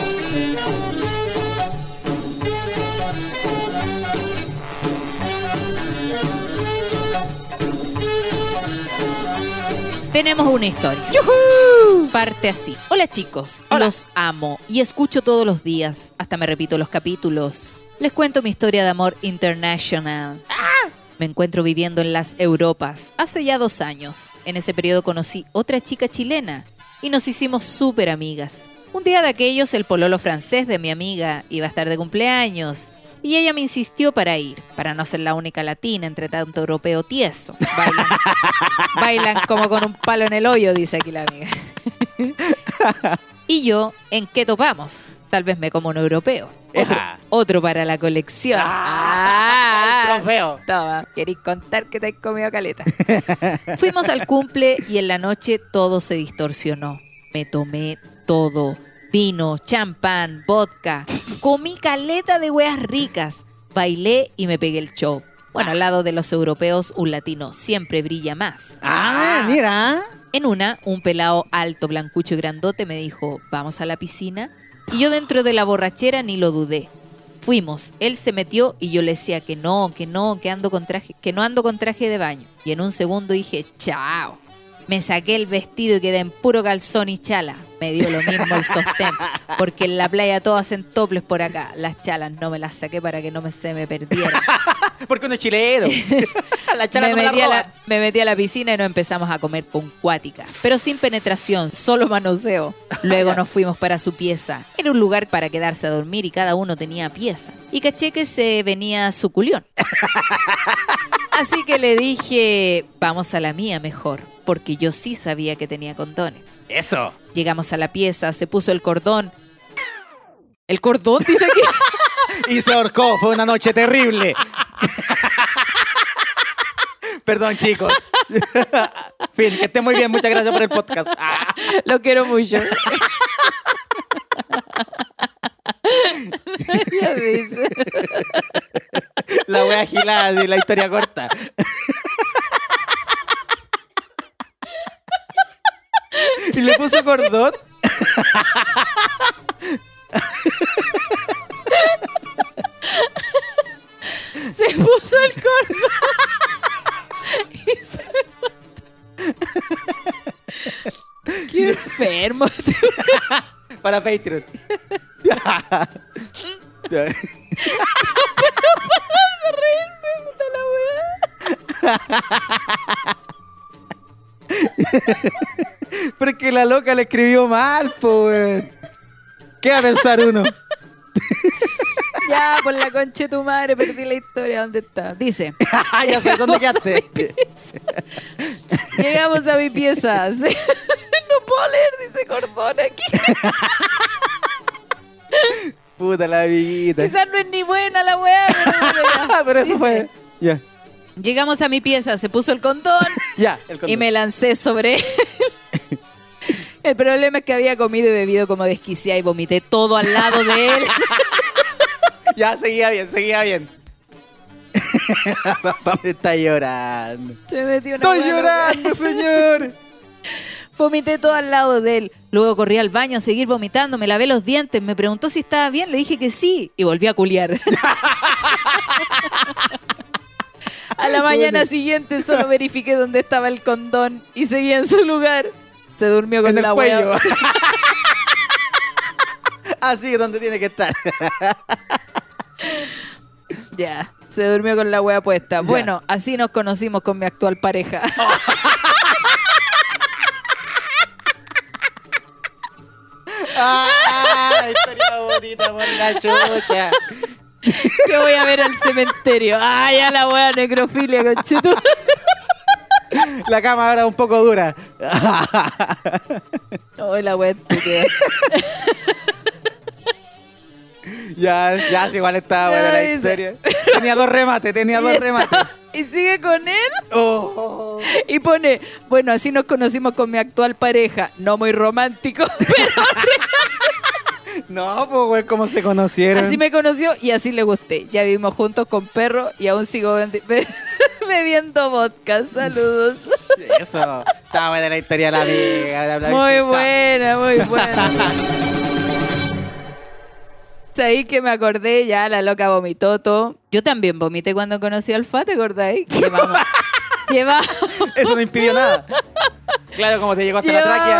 Tenemos una historia. Parte así. Hola chicos, Hola. los amo y escucho todos los días. Hasta me repito los capítulos. Les cuento mi historia de amor international. Me encuentro viviendo en las Europas hace ya dos años. En ese periodo conocí otra chica chilena y nos hicimos súper amigas. Un día de aquellos, el pololo francés de mi amiga iba a estar de cumpleaños y ella me insistió para ir, para no ser la única latina entre tanto europeo tieso. Bailan, bailan como con un palo en el hoyo, dice aquí la amiga. Y yo, ¿en qué topamos? Tal vez me como un europeo. Otro, Ejá. otro para la colección. Ah, el trofeo. Toma, queréis contar que te has comido caleta. Fuimos al cumple y en la noche todo se distorsionó. Me tomé todo. Vino, champán, vodka. Comí caleta de weas ricas. Bailé y me pegué el show. Bueno, al lado de los europeos, un latino siempre brilla más. Ah, mira. En una, un pelao alto, blancucho y grandote me dijo, ¿vamos a la piscina? Y yo dentro de la borrachera ni lo dudé. Fuimos, él se metió y yo le decía que no, que no, que ando con traje, que no ando con traje de baño. Y en un segundo dije, chao. Me saqué el vestido y quedé en puro calzón y chala. Me dio lo mismo el sostén, porque en la playa todos hacen toples por acá. Las chalas no me las saqué para que no me, se me perdieran. Porque uno es chileno. La chala me, no me la metí a roban. la, me metí a la piscina y nos empezamos a comer con cuáticas. Pero sin penetración, solo manoseo. Luego nos fuimos para su pieza. Era un lugar para quedarse a dormir y cada uno tenía pieza. Y caché que se venía su culión. Así que le dije, vamos a la mía mejor, porque yo sí sabía que tenía condones. Eso. Llegamos a la pieza, se puso el cordón. ¿El cordón? Dice aquí. Y se ahorcó. Fue una noche terrible. Perdón, chicos. Fin, que esté muy bien. Muchas gracias por el podcast. Ah. Lo quiero mucho. Ya dice. La wea agilada de la historia corta. Y le puso cordón. Se puso el cordón. Y se mató. Qué enfermo. Para Patreon. Pero es que la loca le escribió mal, po, weón. ¿Qué va a pensar uno? Ya, por la concha de tu madre, perdí la historia. ¿Dónde está? Dice. Ya sé, ¿dónde quedaste? Llegamos a mi pieza. Sí. No puedo leer, dice cordón aquí. Puta la amiguita. Quizás no es ni buena la weá, pero bueno, ya. Pero eso Dice, fue. Ya. Llegamos a mi pieza, se puso el condón Ya, el condón. y me lancé sobre él. El problema es que había comido y bebido como desquiciada y vomité todo al lado de él. Ya, seguía bien, seguía bien. Papá me está llorando. Se metió una ¡Estoy weá llorando, señor! Vomité todo al lado de él. Luego corrí al baño a seguir vomitando, me lavé los dientes, me preguntó si estaba bien, le dije que sí y volví a culiar. A la mañana siguiente solo verifiqué dónde estaba el condón y seguía en su lugar. Se durmió con En el la cuello. wea. Así es donde tiene que estar. Ya, se durmió con la wea puesta. Bueno, así nos conocimos con mi actual pareja. ¡Ah! Historia bonita por la chucha. Yo voy a ver al cementerio. Ah, ya la wea necrofilia, conchetu. La cama ahora un poco dura. No, la wea estúpida. Ya, ya, sí, igual estaba buena Ya, la dice- historia. Tenía dos remates, tenía dos Y remates. está- Y sigue con él Oh. y pone, bueno, así nos conocimos con mi actual pareja. No muy romántico, pero No, pues, güey, ¿cómo se conocieron? así me conoció y así le gusté. Ya vivimos juntos con perro y aún sigo bebi- be- bebiendo vodka. Saludos. Eso. Estaba buena la historia de la amiga. de hablar Muy de- buena, muy buena. Ahí que me acordé, ya la loca vomitó todo. Yo también vomité cuando conocí al Fa, ¿te acordáis? Llevamos. Llevamos. Eso no impidió nada. Claro, como te llegó hasta la Lleva- tráquea.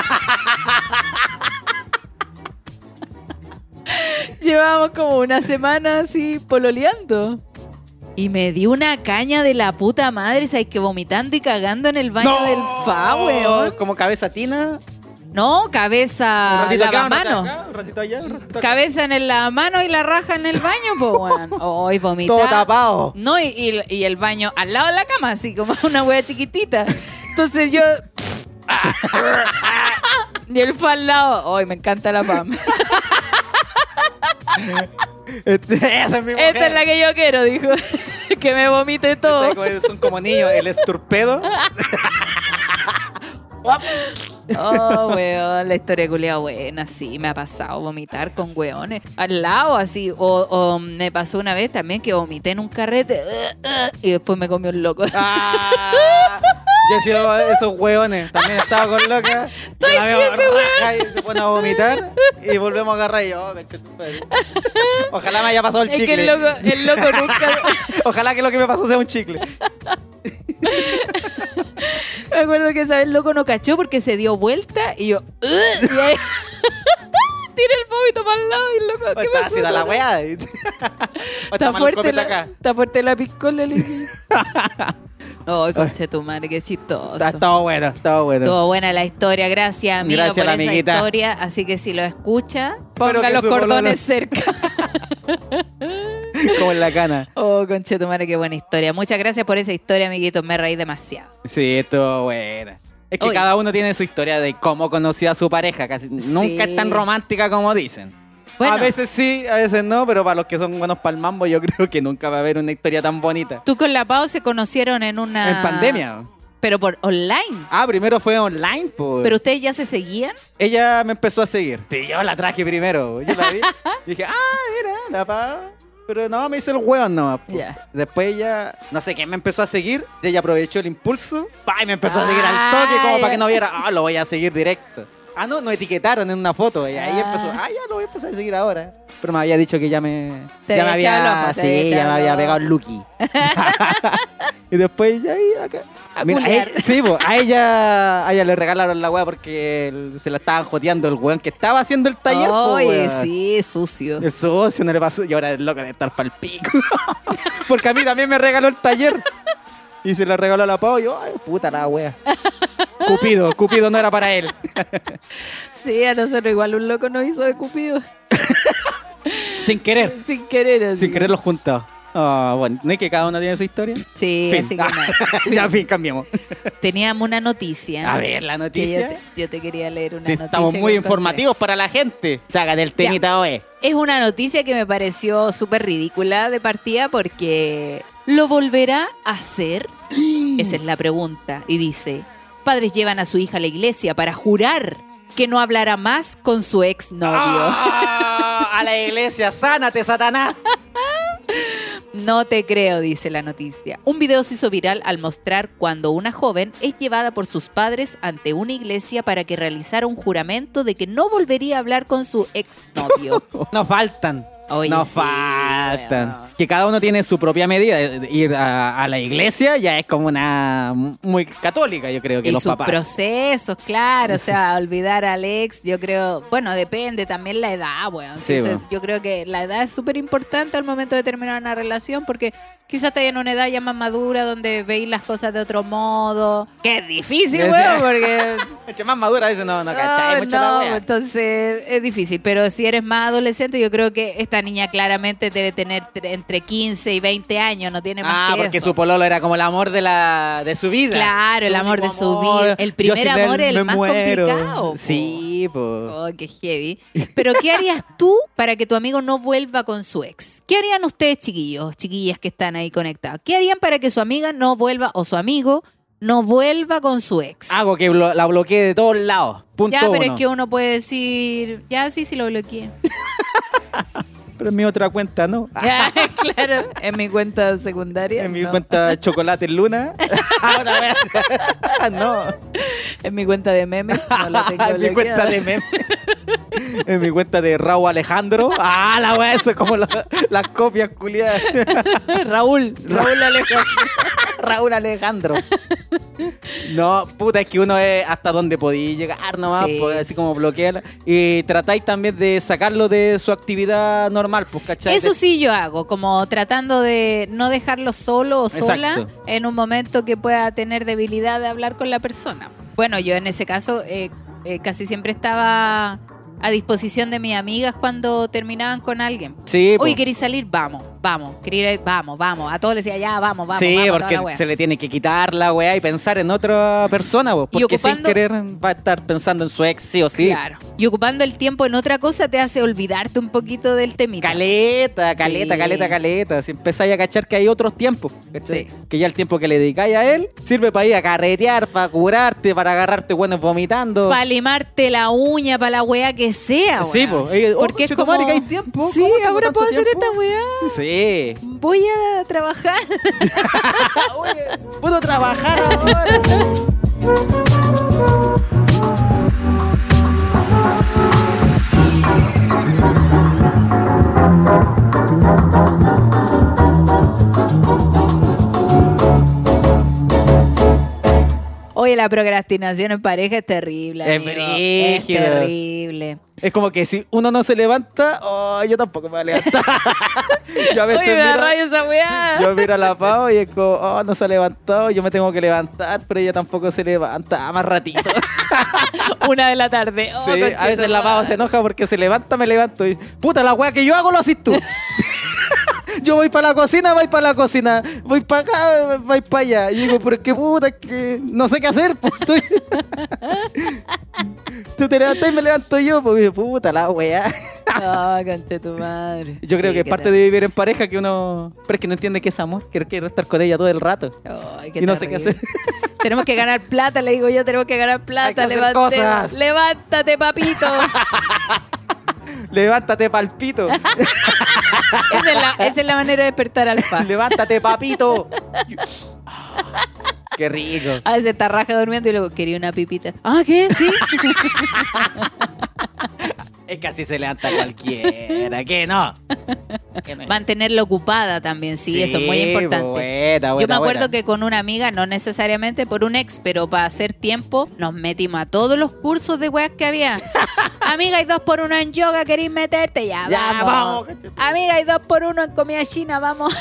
Llevábamos como una semana así pololeando. Y me di una caña de la puta madre, ¿sabes? Que vomitando y cagando en el baño del Fa, weón. Como cabeza tina. No, Un cabeza ratito acá, un ratito lavamano. acá, un ratito allá, un ratito acá. Cabeza en el lavamano y la raja en el baño, pues, weón. Hoy vomitar. Todo tapado. No, y, y- y el baño al lado de la cama, así como una wea chiquitita. Entonces yo. Y el Fa al lado. Hoy me encanta la Pam. Este, esa es mi mujer. Esta es la que yo quiero, dijo. Que me vomite todo. Este, como- Son como niños, el esturpedo. Oh, weón, la historia culiada buena, sí, me ha pasado vomitar con weones al lado, así. O, o me pasó una vez también que vomité en un carrete uh, uh, y después me comió el loco. Ah, yo he sido esos hueones. También estaba con loca. Estoy La veo sí, ese raja y se pone a vomitar. Y volvemos a agarrar y yo, oh, concha tu madre. Ojalá me haya pasado el Es que chicle. el loco, el loco nunca. Ojalá que lo que me pasó sea un chicle. Me acuerdo que esa vez el loco no cachó porque se dio vuelta y yo. "Ugh", y ahí. Tiré el vómito para el lado y el loco. ¿Qué Está pasó? ácida la no? weá. Está fuerte, la, acá. está fuerte la piscola, le dije. Ay, conche tu madre, qué chistoso. Está, estaba bueno, estaba bueno. Estuvo buena la historia, gracias amigo Gracias, por la esa amiguita. historia. Así que si lo escucha, Espero ponga que los su cordones pololo- cerca. Como en la cana. Oh, conchetumare, qué buena historia. Muchas gracias por esa historia, amiguitos. Me reí demasiado. Sí, estuvo buena. Es que Oye. cada uno tiene su historia de cómo conoció a su pareja. Casi nunca es tan romántica como dicen. Bueno. A veces sí, a veces no, pero para los que son buenos para el mambo, yo creo que nunca va a haber una historia tan bonita. Tú con la Pau se conocieron en una... En pandemia. Pero por online. Ah, primero fue online, pues. ¿Pero ustedes ya se seguían? Ella me empezó a seguir. Sí, yo la traje primero. Yo la vi. y dije, ah, mira, la pa. Pero no, me hizo el hueón nomás. po. Ya. Después ella, no sé quién me empezó a seguir. Y ella aprovechó el impulso. Pa, y me empezó a seguir Ah, al toque, como ya. para que no viera. Ah, lo voy a seguir directo. Ah, no, nos etiquetaron en una foto. Y ahí Ah. empezó, ah, ya lo voy a empezar a seguir ahora. Pero me había dicho que ya me. Te ya me había echado el había. ojo, te Sí, había ya echado me el había ojo. pegado el Lucky. y después ya ahí, acá. A Mira, a culiar. ella- sí, po, a ella, a ella le regalaron la weá porque el- se la estaban joteando el weón que estaba haciendo el taller. po, Oye, weón. sí, sucio. El socio no le pasó y ahora el loco de estar pa'l pico. Porque a mí también me regaló el taller. Y se lo regaló a la Pau y yo, ay, puta la wea. Cupido, Cupido no era para él. Sí, a nosotros igual un loco nos hizo de Cupido. Sin querer. Sin querer. así. Sin querer los juntado. Ah, bueno, ¿no es que cada uno tiene su historia? Sí, Fin. así que nada. ya, fin, cambiamos. Teníamos una noticia. A ver, la que yo noticia. te, yo te quería leer una Sí, noticia. estamos que muy encontré. informativos para la gente. Sacan el temita hoy. Es una noticia que me pareció súper ridícula de partida porque ¿lo volverá a hacer? Esa es la pregunta. Y dice, padres llevan a su hija a la iglesia para jurar que no hablará más con su exnovio. ¡Ah! A la iglesia, sánate, Satanás. No te creo, dice la noticia. Un video se hizo viral al mostrar cuando una joven es llevada por sus padres ante una iglesia para que realizara un juramento de que no volvería a hablar con su exnovio. Nos faltan. Oye, Nos sí, faltan. weón. Que cada uno tiene su propia medida. Ir a, a la iglesia ya es como una muy católica, yo creo que Y los sus papás. procesos, claro, o sea, olvidar al ex, yo creo, bueno, depende también la edad, weón. Sí, Sí, eso- weón. yo creo que la edad es súper importante al momento de terminar una relación porque quizás estás en una edad ya más madura donde veis las cosas de otro modo. Que es difícil, Sí, weón, sí. porque... Mucho más madura, eso no, no cachai Ah, mucho no, la wea. entonces es difícil, pero si eres más adolescente yo creo que esta esta niña claramente debe tener tre- entre quince y veinte años, no tiene más Ah, que porque eso. su pololo era como el amor de la de su vida. Claro, el Su amor de único su amor. vida. El Yo primer sin él amor es el me más muero. complicado, po. Sí, po. Oh, qué heavy. Pero ¿qué harías tú para que tu amigo no vuelva con su ex? ¿Qué harían ustedes, chiquillos, chiquillas que están ahí conectados? ¿Qué harían para que su amiga no vuelva o su amigo no vuelva con su ex? Hago que blo- la bloquee de todos lados. Punto Ya, pero uno. es que uno puede decir, ya sí, sí lo bloqueé. Pero en mi otra cuenta, ¿no? Ya, claro, en mi cuenta secundaria. En mi no. cuenta Chocolate Luna. Ahora vea. No. En mi cuenta de memes, no la tengo En mi cuenta bloqueada. de meme. En mi cuenta de Raúl Alejandro. Ah, la wea, eso es como la- las copias culiadas. Raúl, Raúl Alejandro. Raúl Alejandro. No, puta, es que uno es hasta donde podía llegar nomás, Sí. pues, así como bloquear. Y tratáis también de sacarlo de su actividad normal, pues, ¿cachai? Eso De- sí yo hago, como tratando de no dejarlo solo o sola Exacto. en un momento que pueda tener debilidad de hablar con la persona. Bueno, yo en ese caso eh, eh, casi siempre estaba a disposición de mis amigas cuando terminaban con alguien. Sí, Oye, po. ¿queréis salir? Vamos, vamos. ¿Queréis ir? Vamos, vamos. A todos les decía, ya, vamos, vamos, sí, vamos. toda porque la wea. se le tiene que quitar la weá y pensar en otra persona, pues, Y porque sin ocupando- querer va a estar pensando en su ex, sí o sí. Claro. Y ocupando el tiempo en otra cosa te hace olvidarte un poquito del temita. Caleta, caleta, Sí. caleta, caleta. Si empezáis a cachar que hay otros tiempos, ¿cachai? Sí. Que ya el tiempo que le dedicáis a él sirve para ir a carretear, para curarte, para agarrarte buenos vomitando. Para limarte la uña, para la weá que sea, Sí, weón. po. Eh, oh, Porque es conchetumare, como... que hay tiempo. Sí, ¿Cómo tengo ahora tanto puedo hacer tiempo? esta weá. Sí. Voy a trabajar. Oye, puedo trabajar ahora. Oye, la procrastinación en pareja es terrible, Es amigo. Es brígido. terrible. Es como que si uno no se levanta, oh, yo tampoco me voy a levantar. Yo a veces Oye, me da miro- rabia esa weá. Yo miro a la Pau y es como, oh, no se ha levantado, yo me tengo que levantar, pero ella tampoco se levanta, ah, más ratito. Una de la tarde. Oh, Sí, a veces conchetumare. la Pau se enoja porque se levanta, me levanto y, puta, la weá que yo hago lo haces tú. Yo voy para la cocina, voy para la cocina, voy para acá, voy para allá. Y digo, pero es que puta, es que no sé qué hacer, pues estoy... Tú te levantas y me levanto yo, pues digo, puta, la weá. Oh, conche tu madre. Yo creo Sí, que es qué parte ter- de vivir en pareja que uno... Pero es que no entiende qué es amor, que quiere estar con ella todo el rato. Ay, qué Y no sé qué terrible. hacer. Tenemos que ganar plata, le digo yo, tenemos que ganar plata. Hay que hacer Levante- cosas. Levántate, papito. Levántate, palpito. esa, es la, esa es la manera de despertar al fa. Levántate, papito. Qué rico. A veces está raja durmiendo y luego quería una pipita. Ah, ¿qué? Sí. Es que así se levanta cualquiera. ¿Qué no? ¿Qué no? Mantenerla ocupada también, sí, eso es muy importante. Buena, Yo buena, me acuerdo buena. que con una amiga, no necesariamente por un ex, pero para hacer tiempo, nos metimos a todos los cursos de weas que había. Amiga, hay dos por uno en yoga, ¿queréis meterte? Ya, Ya, vamos. vamos. Amiga, hay dos por uno en comida china, vamos.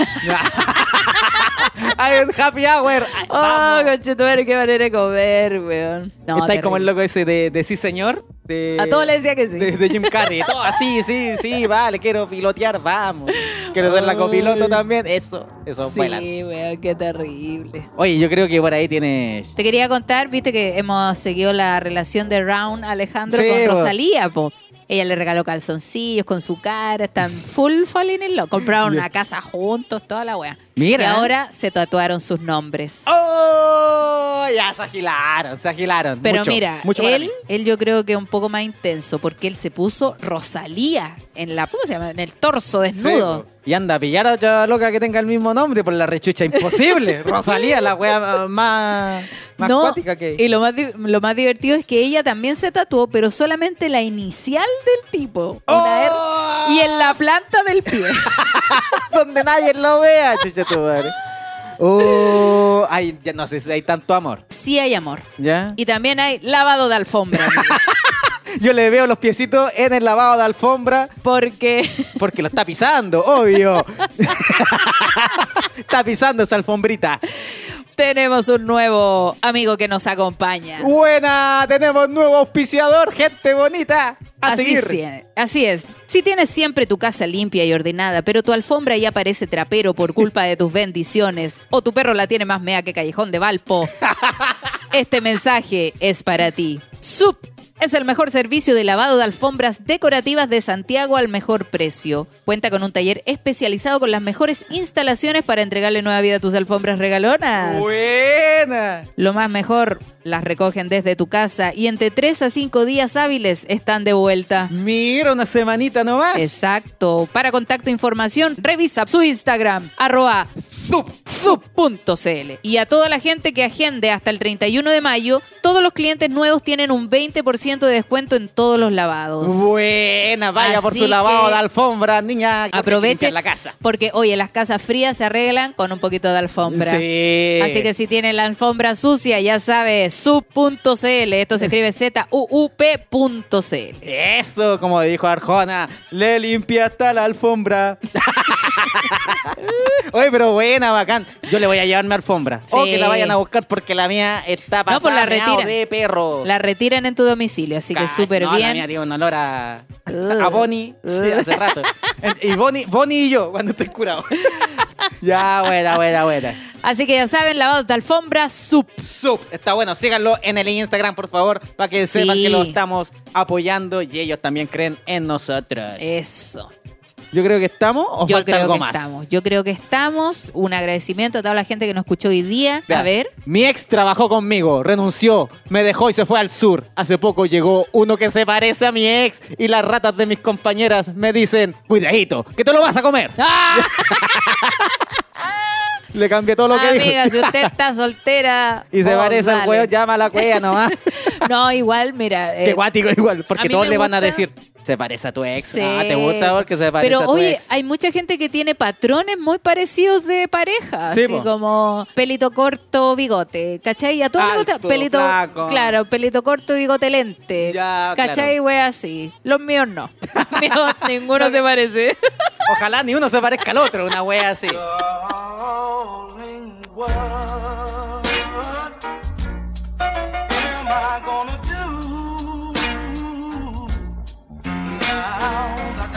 Ay, happy hour. Ay, Oh, vamos. conchetumare, qué manera de comer, weón. No, Está ahí como el terrible. loco ese de, de sí, señor. De, A todos le decía que sí. De, de Jim Carrey. Todo así, sí, sí, vale, quiero pilotear, vamos. Quiero ser la copiloto Ay. también. Eso, eso, vuelan. Sí, weón, qué terrible. Oye, yo creo que por ahí tienes... Te quería contar, viste que hemos seguido la relación de Round Alejandro Sí, con po. Rosalía, po. Ella le regaló calzoncillos con su cara, están full falling in love. Compraron una casa juntos, toda la wea. Mira. Y ahora se tatuaron sus nombres. ¡Oh! Ya se agilaron, se agilaron. Pero Mucho, mira, mucho para él, mí. él yo creo que es un poco más intenso porque él se puso Rosalía en la, ¿cómo se llama? En el torso desnudo. Sí, po. Y anda a pillar a otra loca que tenga el mismo nombre por la rechucha. Imposible. Rosalía, la wea más, más No, cuática que y lo más, di- lo más divertido es que ella también se tatuó, pero solamente la inicial del tipo. Una R, ¡Oh! y en la planta del pie. Donde nadie lo vea, chucha tu madre. Oh, ay, ya no sé si hay tanto amor. Sí hay amor. ¿Ya? Y también hay lavado de alfombra. amigo. Yo le veo los piecitos en el lavado de alfombra Porque porque lo está pisando, obvio. Está pisando esa alfombrita. tenemos un nuevo amigo que nos acompaña. Buena, tenemos nuevo auspiciador, gente bonita. A Así, seguir. sí, así es. Si tienes siempre tu casa limpia y ordenada, pero tu alfombra ya parece trapero por culpa de tus bendiciones, o tu perro la tiene más mea que Callejón de Valpo, este mensaje es para ti. Sup es el mejor servicio de lavado de alfombras decorativas de Santiago al mejor precio. Cuenta con un taller especializado con las mejores instalaciones para entregarle nueva vida a tus alfombras regalonas. Buena. Lo más mejor, las recogen desde tu casa y entre tres a cinco días hábiles están de vuelta. Mira, una semanita nomás. Exacto. Para contacto e información, revisa su Instagram, arroba Sup. sup.cl. Y a toda la gente que agende hasta el treinta y uno de mayo, todos los clientes nuevos tienen un veinte por ciento de descuento en todos los lavados. Buena, vaya por Así su lavado que de alfombra, niña. que hay que Aproveche limpiar la casa. porque, oye, las casas frías se arreglan con un poquito de alfombra. Sí. Así que si tiene la alfombra sucia, ya sabe, sup.cl. Esto se escribe Z U U P punto C L. Eso, como dijo Arjona, le limpia hasta la alfombra. Oye, pero buena, bacán. Yo le voy a llevar mi alfombra. O Sí. que la vayan a buscar porque la mía está pasada No, pues la meao retiran. de perro. La retiran en tu domicilio, así que Casi, súper no, La bien. mía tiene un olor a, Ugh. a Bonnie. Sí, Ugh. hace rato. Y Bonnie, Bonnie y yo, cuando estoy curado. Ya, buena, buena, buena. Así que ya saben, lavado de alfombra, sup. Sup, está bueno. Síganlo en el Instagram, por favor, para que sepan Sí. que lo estamos apoyando y ellos también creen en nosotros. Eso. Yo creo que estamos o Yo falta creo algo que más. estamos. Yo creo que estamos. Un agradecimiento a toda la gente que nos escuchó hoy día. Vea, A ver. Mi ex trabajó conmigo, renunció, me dejó y se fue al sur. Hace poco llegó uno que se parece a mi ex y las ratas de mis compañeras me dicen, cuidadito, que te lo vas a comer. ¡Ah! Le cambié todo lo que Amiga, dijo. si usted está soltera. Y se oh, parece al dale. huevo, llama a la cueva nomás. No, igual, mira. eh, Qué guático igual, a porque mí todos me le van a gusta- decir, se parece a tu ex. sí. Ah, ¿te gusta porque se parece Pero a tu oye, ex? hay mucha gente que tiene patrones muy parecidos de pareja. Sí, así po. como pelito corto, bigote. ¿Cachai? A todos les gusta Alto, pelito. flaco. Claro, pelito corto, bigote lente. Ya, ¿Cachai? claro. Wea así. Los míos no. Los míos ninguno se parece. Ojalá ni uno se parezca al otro, una wea así. Darling, what am I gonna do now that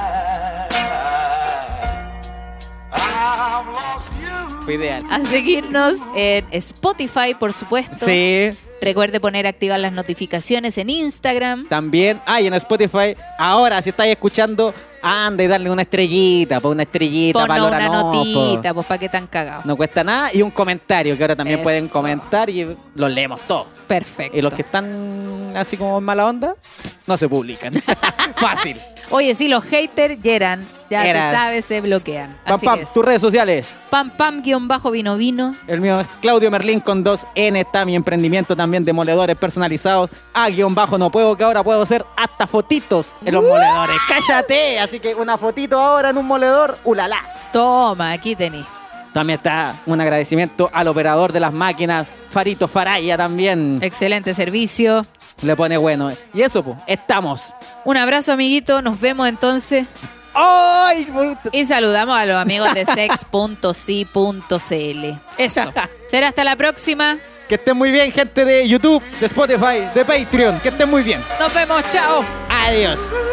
I, I've lost you? Fue ideal. A seguirnos en Spotify, por supuesto. Sí, Recuerde poner activar las notificaciones en Instagram. también. Ah, y en Spotify, ahora si estáis escuchando, anda y darle una estrellita, pues una estrellita, Ponnos valora una no, notita, pues para qué tan cagado. No cuesta nada. Y un comentario, que ahora también Eso. pueden comentar y los leemos todos. Perfecto. Y los que están así como en mala onda, no se publican. Fácil. Oye, sí, los haters llegan. Ya Eran. se sabe, se bloquean. Pam, Así pam, que es. tus redes sociales. Pam, pam, guión bajo, vino, vino. El mío es Claudio Merlín con dos N. Está mi emprendimiento también de moledores personalizados. A guión bajo no puedo, que ahora puedo hacer hasta fotitos en los moledores. ¡Cállate! Así que una fotito ahora en un moledor, ¡ulala! Toma, aquí tení. También está un agradecimiento al operador de las máquinas, Farito Faraya también. Excelente servicio. Le pone bueno. Y eso, pues, estamos. Un abrazo, amiguito. Nos vemos entonces. ¡Ay! por- Y saludamos a los amigos de sex punto si punto cl. Eso. Será hasta la próxima. Que estén muy bien, gente de YouTube, de Spotify, de Patreon. Que estén muy bien. Nos vemos. Chao. Adiós.